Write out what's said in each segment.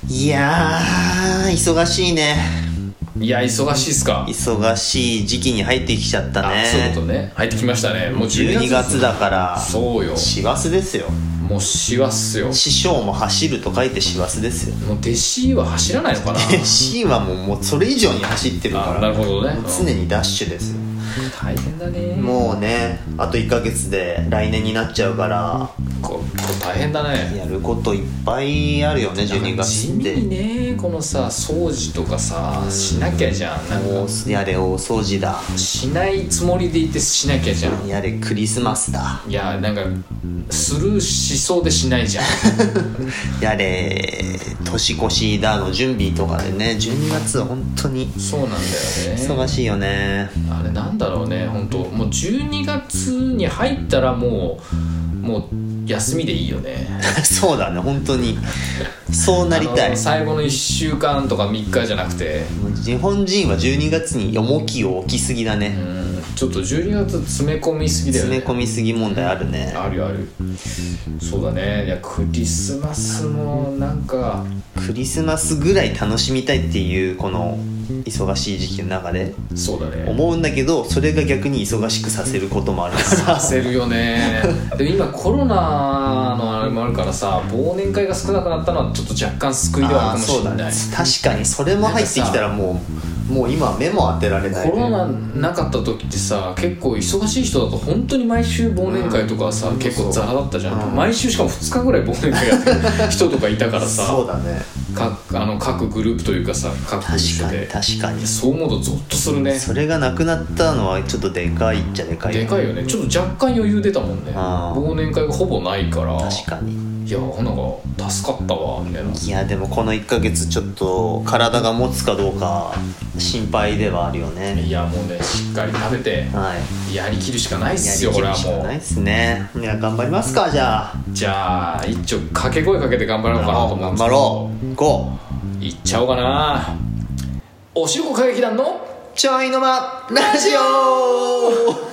いやー忙しいね。 いや忙しいっすか。 忙しい時期に入ってきちゃったね。 あ、そういうことね。入ってきましたね。もう 12月だからそうよ、 師走ですよ。 もう師走っすよ。 師匠も走ると書いて師走ですよ。 もう弟子は走らないのかな。 弟子はもうそれ以上に走ってるから。 あ、なるほどね。 常にダッシュですよ。 大変だね。 もうね、あと1ヶ月で来年になっちゃうからこれ大変だね。 やることいっぱいあるよね。12月地って味にね、このさ掃除とかさしなきゃじゃん。なんかやれ大掃除だ、 しないつもりでいてしなきゃじゃん。 やれクリスマスだ、 いやなんかスルーしそうでしないじゃん。 やれ年越しだの準備とかでね。12月は本当にそうなんだよね。 忙しいよね。 あれなんだろうね、本当もう12月に入ったらもう休みでいいよね。 そうだね、本当にそうなりたい。 最後の1週間とか3日じゃなくて、 日本人は12月に重きを置きすぎだね。 ちょっと12月詰め込みすぎだよね。 詰め込みすぎ問題あるね。 あるある。そうだね。いやクリスマスもなんかクリスマスぐらい楽しみたいっていうこの忙しい時期の中でそうだね思うんだけど、それが逆に忙しくさせることもあるからさせるよね。でも今コロナのあれもあるからさ、忘年会が少なくなったのはちょっと若干救いではあるかもしれない。 そうだね、確かにそれも入ってきたらもう今目も当てられない、ね、 コロナなかった時ってさ、結構忙しい人だと本当に毎週忘年会とかさ、結構ザラだったじゃん、毎週しかも2日ぐらい忘年会やってる人とかいたからさそうだね、 各グループというかさ、各部署で確かにそう思うとゾッとするね。 それがなくなったのはちょっとでかいっちゃでかいでかいよね。ちょっと若干余裕出たもんね。忘年会がほぼないから。 確かに。 いやなんか助かったわみたいな。 いやでもこの1ヶ月ちょっと体が持つかどうか心配ではあるよね。 いやもうね、しっかり食べて、はい、やりきるしかないっすよ。これはもうやりきるしかないっすね。いや頑張りますか。じゃあ一応掛け声かけて頑張ろうかなと思うんですけど。 頑張ろう。ゴーいっちゃおうかな。おしるこ歌劇団のちょいのまラジオ。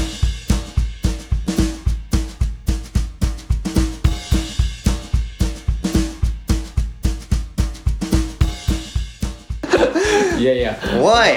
いやいやおい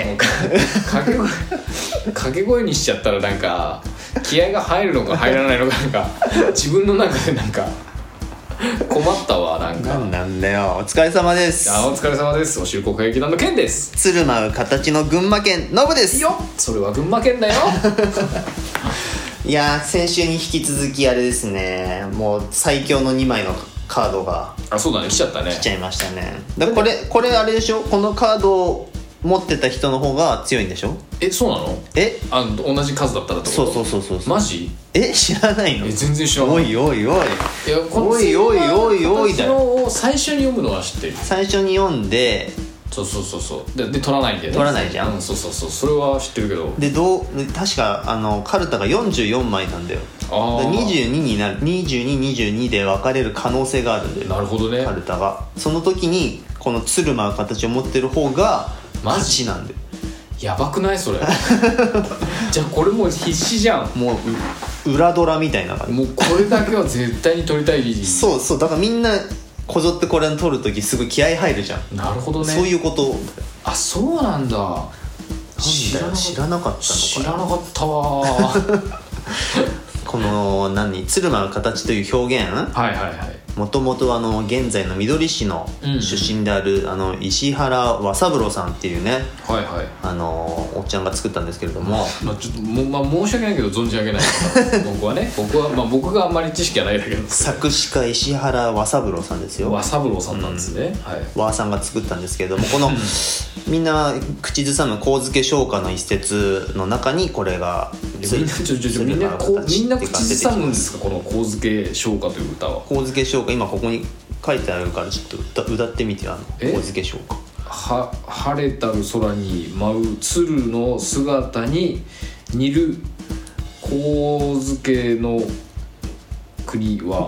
掛け声にしちゃったらなんか気合が入るのか入らないのか、なんか自分の中でなんか困ったわ。なんなんだよ。お疲れ様です。 お疲れ様です。おしるこ歌劇団のケンです。 鶴舞う形の群馬県ノブですよ。それは群馬県だよ。 いや先週に引き続きあれですね、もう最強の2枚のカードがそうだね、来ちゃったね。 来ちゃいましたね。だからこれあれでしょ、このカードを持ってた人の方が強いんでしょ。 そうなの。同じ数だったらってこと。 そうマジ。 知らないの。 全然知らない。 おいおいおい、 いやこおいおいおいおいだよ。 を最初に読むのは知ってる。 最初に読んで、 そうで取らないんだよね。 取らないじゃん、 そうそれは知ってるけど。 で確かカルタが44枚なんだよ。22になる、22で分かれる可能性があるんだよ。 なるほどね。 カルタがその時にこの鶴舞う形を持ってる方が勝ちなんだよ。 やばくないそれ。じゃあこれもう必死じゃん。 もう裏ドラみたいな感じ。 もうこれだけは絶対に取りたい。 そうだからみんなこぞってこれを取るときすごい気合入るじゃん。 なるほどね。 そういうこと。 そうなんだ。 知らなかったのか。 知らなかったわ。 この鶴舞う形という表現、もともと現在のみどり市の出身である、石原和三郎さんっていうね、おっちゃんが作ったんですけれども、 ちょっと申し訳ないけど存じ上げない。僕があんまり知識はないだけど、 作詞家石原和三郎さんですよ。 和三郎さんなんですね。 和さんが作ったんですけれども、このみんな口ずさむ神漬唱歌の一節の中にこれがみんな口ずさむんですか、この神漬唱歌という歌は。 神漬唱歌、今ここに書いてあるからちょっと歌ってみて。神漬唱歌。 晴れたる空に舞う鶴の姿に似る神漬の国は。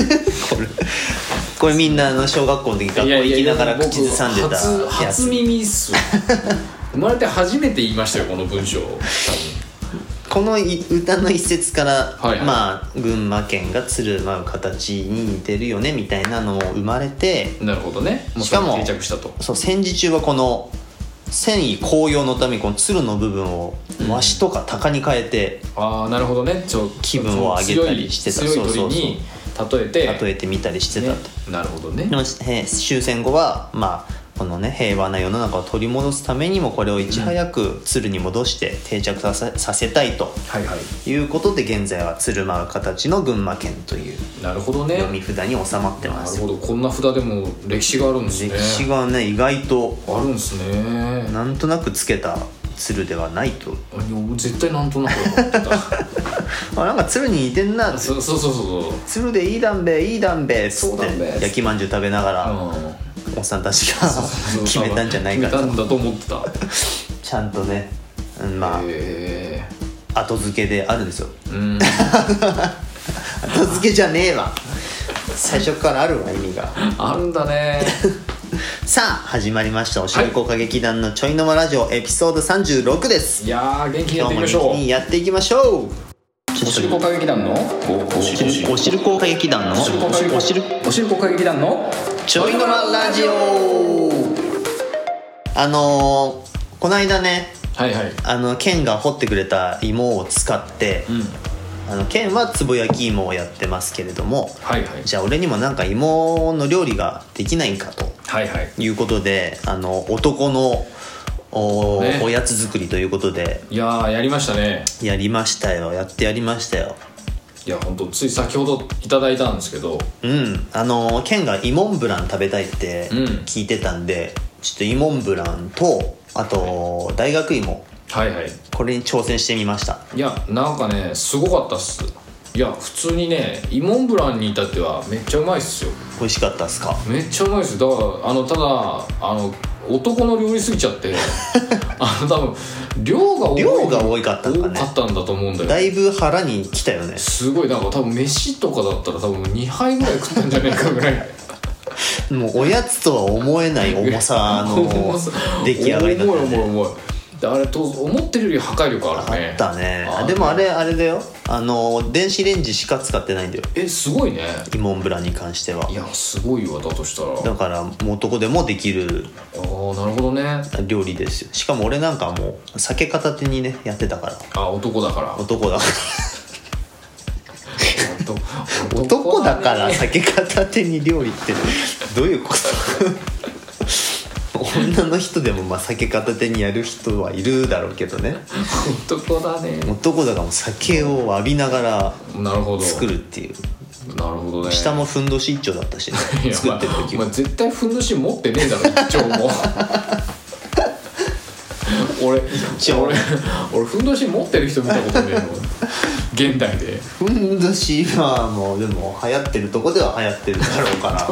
これみんな小学校の時学校行きながら口ずさんでたやつ。 初耳っす。生まれて初めて言いましたよこの文章。多分この歌の一節から、 はいはい、 まあ群馬県が鶴舞う形に似てるよねみたいなのも生まれて、 なるほどね。 しかも定着したと。 そう戦時中はこの戦意高揚のためにこの鶴の部分をわしとか鷹に変えて、 ああなるほどね。 気分を上げたりしてた。 強い鳥に例えてみたりしてたと、 ね、なるほどね。 終戦後はまあこのね平和な世の中を取り戻すためにもこれをいち早く鶴に戻して定着させたいと、 はいはい、 いうことで現在は鶴舞う形の群馬県というなるほどね読み札に収まってます。 なるほど、こんな札でも歴史があるんですね。 歴史がね意外とあるんですね。 なんとなくつけた鶴ではないと。 絶対なんとなく思ってたあなんか鶴に似てんなって。 そう鶴でいいだんべいいだんべっつって焼きまんじゅう食べながら、おっさんたちが決めたんじゃないかと。 決めたんだと思ってたちゃんとね、まあ後付けであるんですよ。後付けじゃねえわ、最初からあるわ意味があるんだねさあ始まりましたおしるこ歌劇団のちょいのまラジオエピソード36です。 いやー元気にやっていきましょう。 今日も元気にやっていきましょう。 おしるこ歌劇団のおしるこ歌劇団のおしるこ歌劇団のちょいのまラジオ。この間ね、 はいはい、 ケンが掘ってくれた芋を使って、ケンはつぼ焼き芋をやってますけれども、 はいはい、 じゃあ俺にもなんか芋の料理ができないんかと、 はいはい、 いうことで男のおやつ作りということで、 いややりましたね。 やりましたよ。やってやりましたよ。 いや本当つい先ほどいただいたんですけど、 ケンがイモンブラン食べたいって聞いてたんで、ちょっとイモンブランとあと大学芋、 はいはい、 これに挑戦してみました。 いやなんかねすごかったっす。いや普通にねイモンブランに至ってはめっちゃうまいっすよ。 美味しかったっすか？ めっちゃうまいっす。だからただ男の料理すぎちゃって多分量が多かったんだと思うんだよ。 だいぶ腹にきたよね。 すごいなんか多分飯とかだったら多分2杯ぐらい食ったんじゃないかぐらいもうおやつとは思えない重さの出来上がりだったね。 重いあれと思ってるより破壊力あるね。 あったね。でもあれだよ、電子レンジしか使ってないんだよ。 すごいね。 イモンブランに関しては。 いやすごいわ。だとしたらだからもう男でもできるなるほどね料理ですよ。しかも俺なんかもう酒片手にねやってたから。 男だから男だから酒片手に料理ってどういうこと女の人でもまあ酒片手にやる人はいるだろうけどね。 男だね。 男だからもう酒を浴びながら作るっていう。 なるほどね。 下もふんどし一丁だったし、ね、作ってる時は、 絶対ふんどし持ってねえだろ一丁も俺ふんどし持ってる人見たことねえもん現代で。 ふんどしはもうでも流行ってるとこでは流行ってるだろうから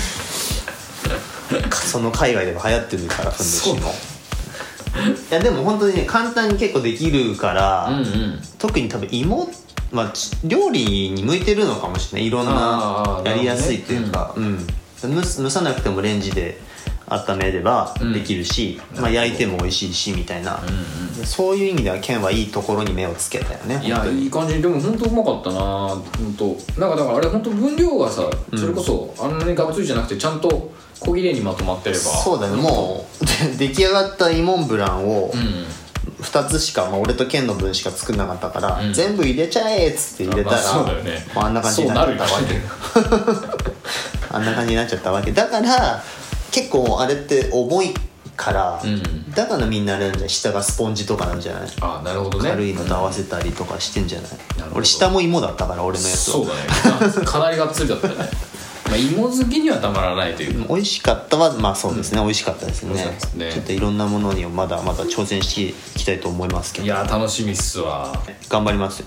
その海外では流行ってるからふんどしも。いやでも本当にね簡単に結構できるから、特に多分芋、料理に向いてるのかもしれない。いろんなやりやすいっていうか、蒸さなくてもレンジで温めればできるし、焼いても美味しいしみたいな、そういう意味ではケンはいいところに目をつけたよね。 いやいい感じ。でも本当うまかったな。本当なんかだからあれ本当分量がさ、それこそあんなにガブついじゃなくてちゃんと小切れにまとまってれば。そうだね。もう出来上がったイモンブランを2つしか、俺とケンの分しか作んなかったから、全部入れちゃえっつって入れたら、 そうだよね。 あんな感じになっちゃったわけあんな感じになっちゃったわけだから、結構あれって重いから、だからみんなあれなんじゃない、下がスポンジとかなんじゃない。 なるほどね。 軽いのと合わせたりとかしてんじゃない。俺下も芋だったから俺のやつは。 そうだねかなりがっつりだったよね芋好きにはたまらないという。 美味しかったはそうですね、美味しかったですね。ちょっといろんなものにまだまだ挑戦していきたいと思いますけど。 いや楽しみっすわ。 頑張りますよ。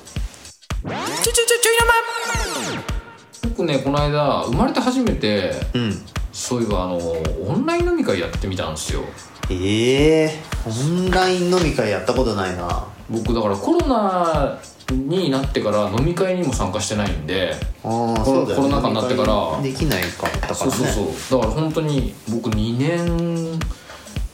僕ねこの間生まれて初めて、そういえばオンライン飲み会やってみたんですよ。 オンライン飲み会やったことないな。 僕だからコロナになってから飲み会にも参加してないんで、 そうだよね、 コロナ禍になってからできないかったからね。 そうだから本当に僕2年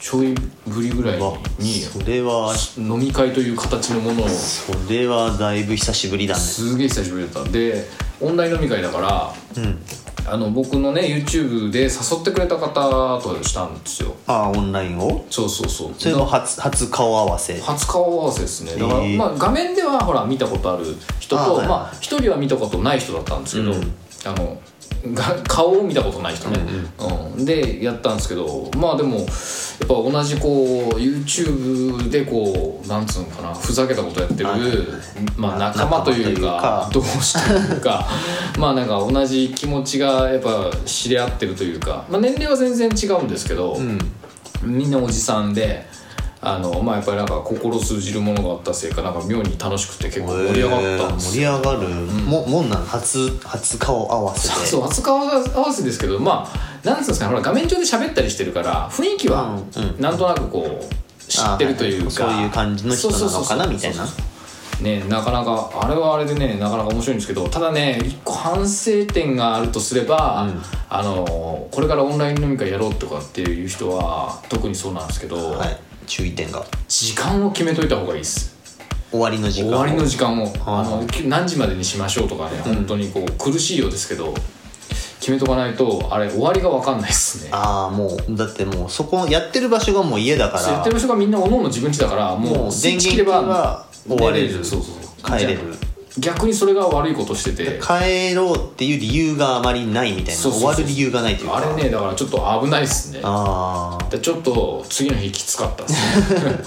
ちょいぶりぐらいにそれは飲み会という形のものを、 それはだいぶ久しぶりだね。 すげえ久しぶりだった。でオンライン飲み会だから、僕のね YouTube で誘ってくれた方としたんですよ。 ああ、オンラインを。 そうそれも初顔合わせ。 初顔合わせですね。だから、画面ではほら見たことある人と、一人は見たことない人だったんですけど、顔を見たことない人ね、でやったんですけど、でもやっぱ同じYouTube でなんつうのかな、ふざけたことやってる、仲間というか同志というかなんか同じ気持ちがやっぱ知り合ってるというか、年齢は全然違うんですけど、みんなおじさんで。やっぱりなんか心通じるものがあったせいかなんか妙に楽しくて結構盛り上がったんですよ。 盛り上がる、もんなん初顔合わせで。 そう初顔合わせですけど、なんつうんですかね、ほら画面上で喋ったりしてるから雰囲気はなんとなく知ってるというか、 そういう感じの人なのかなみたいなね。なかなかあれはあれでね、なかなか面白いんですけど、ただね一個反省点があるとすれば、これからオンライン飲み会やろうとかっていう人は特にそうなんですけど、 注意点が、 時間を決めといた方がいいです。 終わりの時間を何時までにしましょうとかね、本当に苦しいようですけど決めとかないとあれ終わりが分かんないですね。 もうだってもうそこやってる場所がもう家だから、 やってる場所がみんなおのおの自分家だから、もう電源切れば終われる、帰れる。 逆にそれが悪いことしてて、 帰ろうっていう理由があまりないみたいな、終わる理由がないというか、 あれね、だからちょっと危ないですね。でちょっと次の日きつかったですね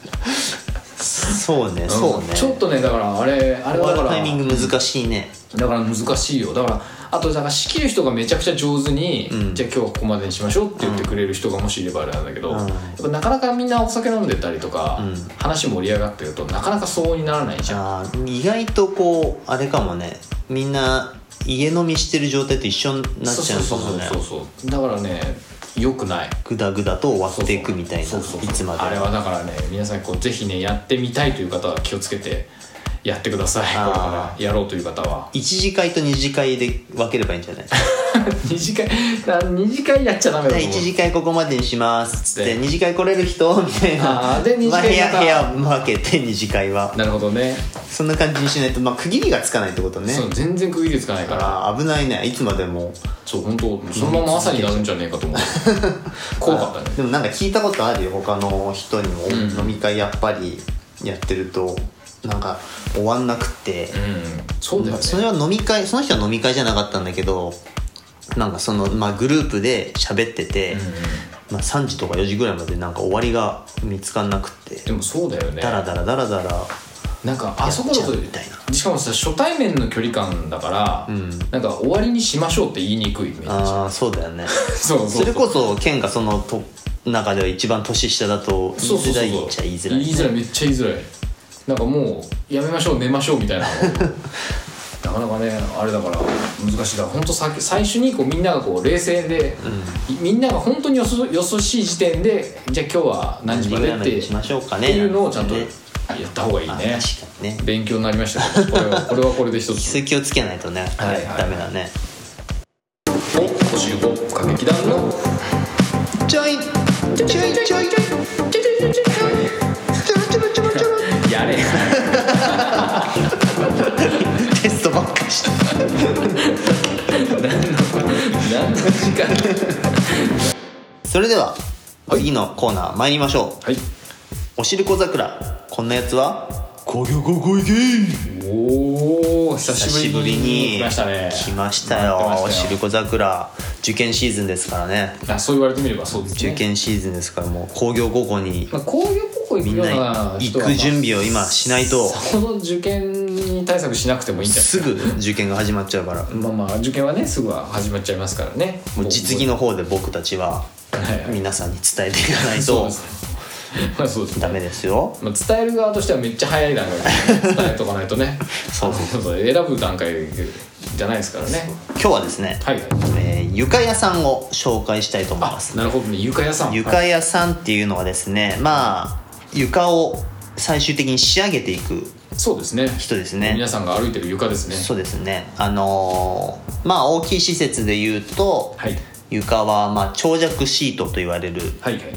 そうね、 ちょっとね、だからあれはだからタイミング難しいね。 だから難しいよ。だからあとだから仕切る人がめちゃくちゃ上手に、じゃあ今日はここまでにしましょうって言ってくれる人がもしいればあれなんだけど、やっぱなかなかみんなお酒飲んでたりとか、話盛り上がってるとなかなかそうにならないじゃん。 意外とあれかもね、みんな家飲みしてる状態と一緒になっちゃうかもね。 そうだからね、良くない、 グダグダと終わっていくみたいな、いつまで。 あれはだからね、皆さんぜひねやってみたいという方は気をつけてやってください。これからやろうという方は 1次会と2次会で分ければいいんじゃない二次会やっちゃダメだと思う。 1次会ここまでにしますつって、2次会来れる人みたいな、 で2次会部屋分けて2次会は。 なるほどね。 そんな感じにしないと、区切りがつかないってことね。 そう、全然区切りつかないから危ないね。いつまでも本当そのまま朝になるんじゃねえかと思う怖かったね。 でもなんか聞いたことあるよ、他の人にも。飲み会やっぱりやってるとなんか終わんなくて、 そうだよね。 それは飲み会、その人は飲み会じゃなかったんだけど、なんかグループで喋ってて、3時とか4時ぐらいまでなんか終わりが見つかんなくて。 でもそうだよね、 ダラダラなんかあそこだと、しかもさ初対面の距離感だから、なんか終わりにしましょうって言いにくいイメージ。 そうだよねそうそれこそケンがその中では一番年下だと言いづらいっちゃ言いづらい、 言いづらい、めっちゃ言いづらい。なんかもうやめましょう、寝ましょうみたいななかなかね、あれだから難しい。だから本当最初にみんなが冷静で、みんなが本当によそしい時点で、じゃあ今日は何時までってしましょうかねっていうのをちゃんとやった方がいいね。 確かにね、 勉強になりましたけど、これはこれで一つ気をつけないとね、ダメだね。 55歌劇団のちょいやれテストばっかりして何の時間それでは次のコーナー参りましょう。おしるこ桜、こんなやつはおー、久しぶりに来ましたね。 来ましたよ、おしるこ桜。受験シーズンですからね。 そう言われてみればそうですね。 受験シーズンですから、もう工業高校にみんな行く準備を今しないと、 その受験対策しなくてもいいんじゃないですか。 すぐ受験が始まっちゃうから受験はねすぐは始まっちゃいますからね。 もう実技の方で僕たちは皆さんに伝えていかないとダメですよ。 伝える側としてはめっちゃ早い段階で伝えとかないとねそう選ぶ段階じゃないですからね。 今日はですね、床屋さんを紹介したいと思います。 なるほどね、床屋さん。 床屋さんっていうのはですね、床を最終的に仕上げていくそうですね、 人ですね。 皆さんが歩いてる床ですね。 そうですね。大きい施設でいうと、床は長尺シートと言われる、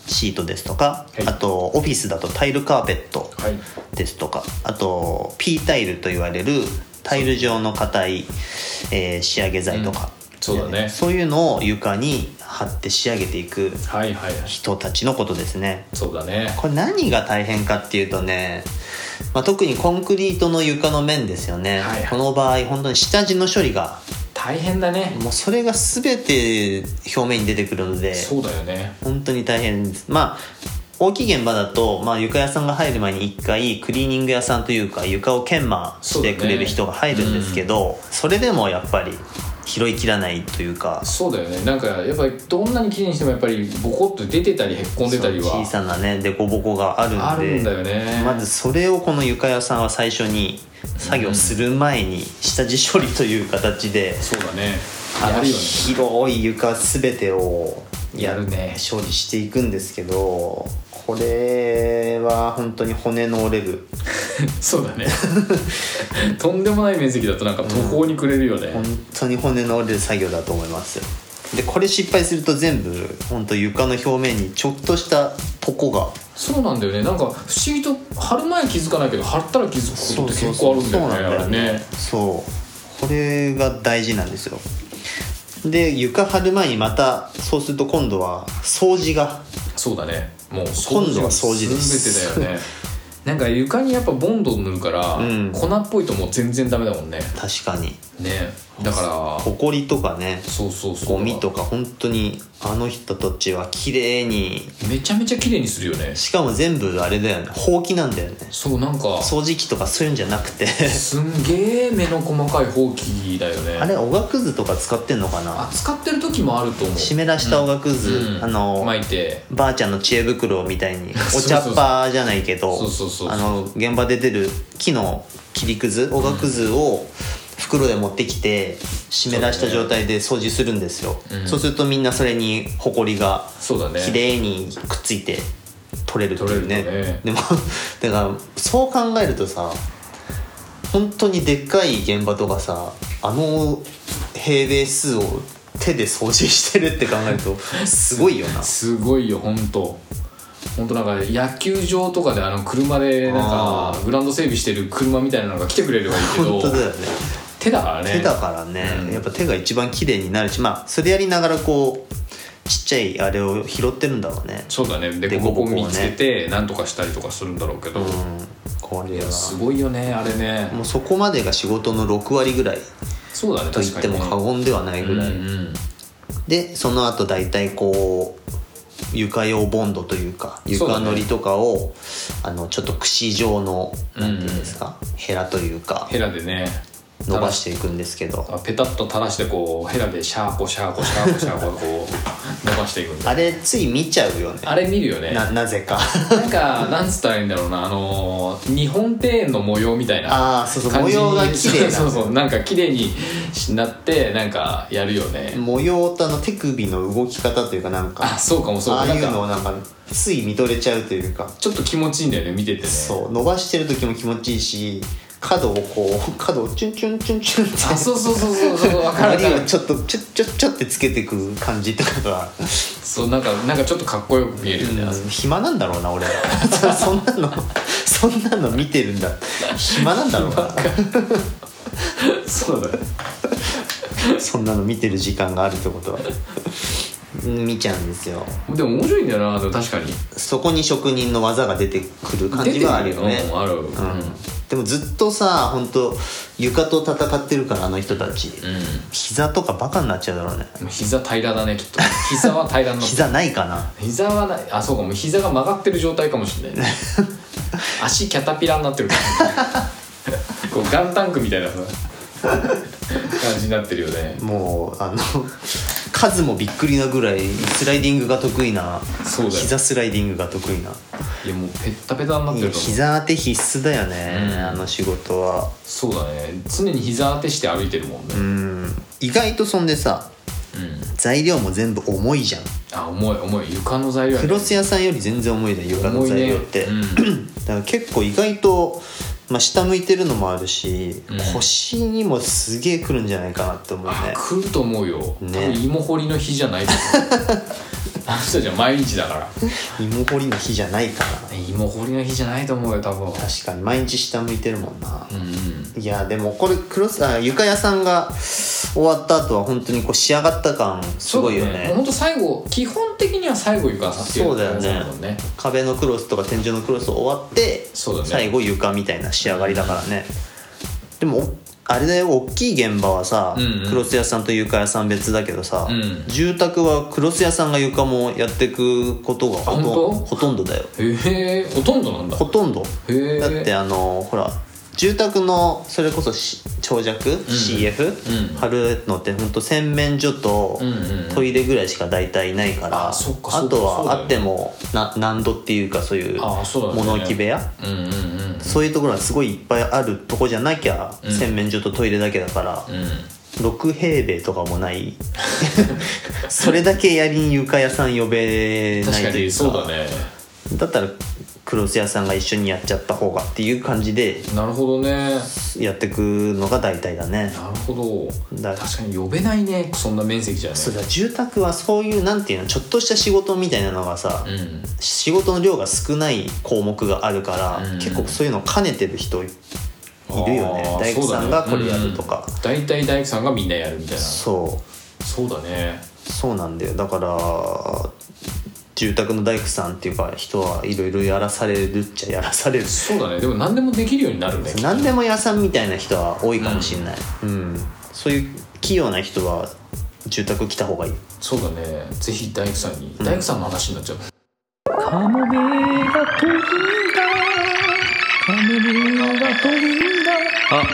シートですとか、 はい、 あとオフィスだとタイルカーペットですとか、はい、あと P タイルと言われるタイル状の硬い、仕上げ剤とか、 そうだね、 そういうのを床に貼って仕上げていく人たちのことですね。 そうだね。 これ何が大変かっていうとね、特にコンクリートの床の面ですよね、はいはい、この場合本当に下地の処理が大変だね。 もうそれが全て表面に出てくるので、 そうだよね、 本当に大変です。大きい現場だと、床屋さんが入る前に1回クリーニング屋さんというか床を研磨してくれる人が入るんですけど、それでもやっぱり拾いきらないというか。 そうだよね。なんかやっぱりどんなにきれいにしてもやっぱりボコッと出てたりへっこんでたりは小さなねデコボコがあるんで、 あるんだよね。 まずそれをこの床屋さんは最初に作業する前に下地処理という形で、 そうだね、 やるよね。広い床全てをやるね、 処理していくんですけど、これは本当に骨の折れるそうだねとんでもない面積だとなんか途方に暮れるよね、 本当に骨の折れる作業だと思いますよ。でこれ失敗すると全部本当床の表面にちょっとしたポコが。 そうなんだよね。なんか不思議と貼る前気づかないけど貼ったら気づくことって結構あるんだよね。 そうなんだよね。そうこれが大事なんですよ。で床貼る前にまたそうすると今度は掃除が。 そうだね、もう今度は掃除です。 全てだよねなんか床にやっぱボンド塗るから、粉っぽいともう全然ダメだもんね。 確かにね、だからホコリとかね、 そうゴミとか本当にあの人たちは綺麗にめちゃめちゃ綺麗にするよね。 しかも全部あれだよね、ほうきなんだよね。 そう、なんか掃除機とかそういうんじゃなくてすんげえ目の細かいほうきだよね。 あれおがくずとか使ってんのかな。 使ってる時もあると思う。 湿らしたおがくず、 巻いてばあちゃんの知恵袋みたいにお茶っ葉じゃないけど、現場で出る木の切りくずおがくずを袋で持ってきて湿らした状態で掃除するんですよ。そうするとみんなそれにほこりがきれいにくっついて取れるっていうね。でもだからそう考えるとさ、本当にでっかい現場とかさ、平米数を手で掃除してるって考えるとすごいよなすごいよ本当なんか野球場とかで車でなんかグラウンド整備してる車みたいなのが来てくれればいいけど、 本当だよね、 手だからね。 手だからね、やっぱ手が一番綺麗になるし、それやりながらこうちっちゃいあれを拾ってるんだろうね。 そうだね、でここ見つけて何とかしたりとかするんだろうけど、 これはすごいよねあれね。 もうそこまでが仕事の6割ぐらいそうだね、 と言っても過言ではないぐらい、でその後だいたいこう床用ボンドというか床のりとかをちょっと串状のなんていうんですか、ヘラというかヘラでね伸ばしていくんですけど、 ペタッと垂らしてこうヘラでシャーコシャーコシャーコシャーコこう伸ばしていくんだ。 あれつい見ちゃうよね。 あれ見るよね、 なぜかなんかなんつったらいいんだろうな、日本庭園の模様みたいなそう模様が綺麗なそうなんか綺麗になってなんかやるよね。 模様と手首の動き方というかなんかそうかもそうかも、 ああいうのをなんかつい見とれちゃうというか、 ちょっと気持ちいいんだよね見ててね。 そう伸ばしてる時も気持ちいいし、角をチュンチュンチュンチュンってそう分かる。 針をちょっとちょってつけてく感じとかがそうなんかちょっとかっこよく見えるよね。 暇なんだろうな俺そんなの見てるんだ、暇なんだろうなそうだねそんなの見てる時間があるってことは見ちゃうんですよ。 でも面白いんだよな。でも確かにそこに職人の技が出てくる感じはあるよね。 ある、 でもずっとさ本当床と戦ってるからあの人たち、膝とかバカになっちゃうだろうね。 膝平らだねきっと。膝は平らになって膝ないかな。 膝はない。そうかも、膝が曲がってる状態かもしれないね足キャタピラになってるからこうガンタンクみたいな感じになってるよね。 もう数もびっくりなぐらいスライディングが得意な。 そうだよ、 膝スライディングが得意な。 いやもうペッタペタになってると思う。 膝当て必須だよね、あの仕事は。 そうだね、常に膝当てして歩いてるもんね。 意外とそんでさ、材料も全部重いじゃん。 重い床の材料、 クロス屋さんより全然重いね床の材料って、だから結構意外と、下向いてるのもあるし、腰にもすげえくるんじゃないかなって思うね。 くると思うよ、ね、多分芋掘りの日じゃないと思う人たちは毎日だから。 芋掘りの日じゃないかな。 芋掘りの日じゃないと思うよ多分。 確かに毎日下向いてるもんな。いやでもこれ床屋さんが終わった後は本当にこう仕上がった感すごいよね。 本当最後基本的には最後床屋さんっていうそうだよね。壁のクロスとか天井のクロス終わって、最後床みたいな仕上がりだからね。でもあれだよ、大きい現場はさ、クロス屋さんと床屋さん別だけどさ、住宅はクロス屋さんが床もやっていくことがほとんどだよ。 へえ、ほとんどなんだ。 ほとんど。だってほら住宅のそれこそ長尺、CF 貼るのってほんと洗面所とトイレぐらいしか大体ないから、あとはあっても何度っていうかそういう物置部屋、そういうところがすごいいっぱいあるとこじゃなきゃ洗面所とトイレだけだから、6平米とかもないそれだけやりに床屋さん呼べないというか、 そうだね。 だったらクロス屋さんが一緒にやっちゃった方がっていう感じで、 なるほどね、 やってくのが大体だね。 なるほど。確かに呼べないね、そんな面積じゃね。 そうだ、住宅はそういうなんていうの、ちょっとした仕事みたいなのがさ、仕事の量が少ない項目があるから、結構そういうのを兼ねてる人いるよね。大工さんがこれやるとか、 大体大工さんがみんなやるみたいな。 そうだね。 そうなんだよ。だから住宅の大工さんっていうか人はいろいろやらされるっちゃやらされる。 そうだね。でも何でもできるようになるね。 何でも屋さんみたいな人は多いかもしれない、そういう器用な人は住宅来た方がいい。 そうだね。ぜひ大工さんに、大工さんの話になっちゃう。 カモメが飛んだ、カモメが飛んだ、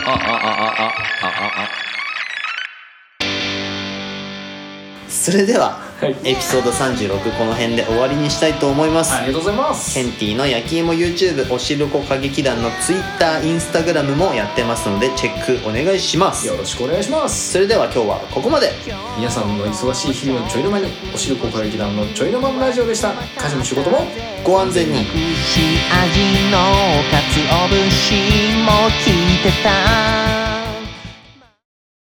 それでは、エピソード36この辺で終わりにしたいと思います。 ありがとうございます。 ケンティの焼き芋 YouTube、おしるこ歌劇団の Twitter、Instagram もやってますのでチェックお願いします。 よろしくお願いします。 それでは今日はここまで。 皆さんの忙しい日々のちょいの間に、おしるこ歌劇団のちょいのまんラジオでした。家事も仕事もご安全に。 隠し味の鰹節も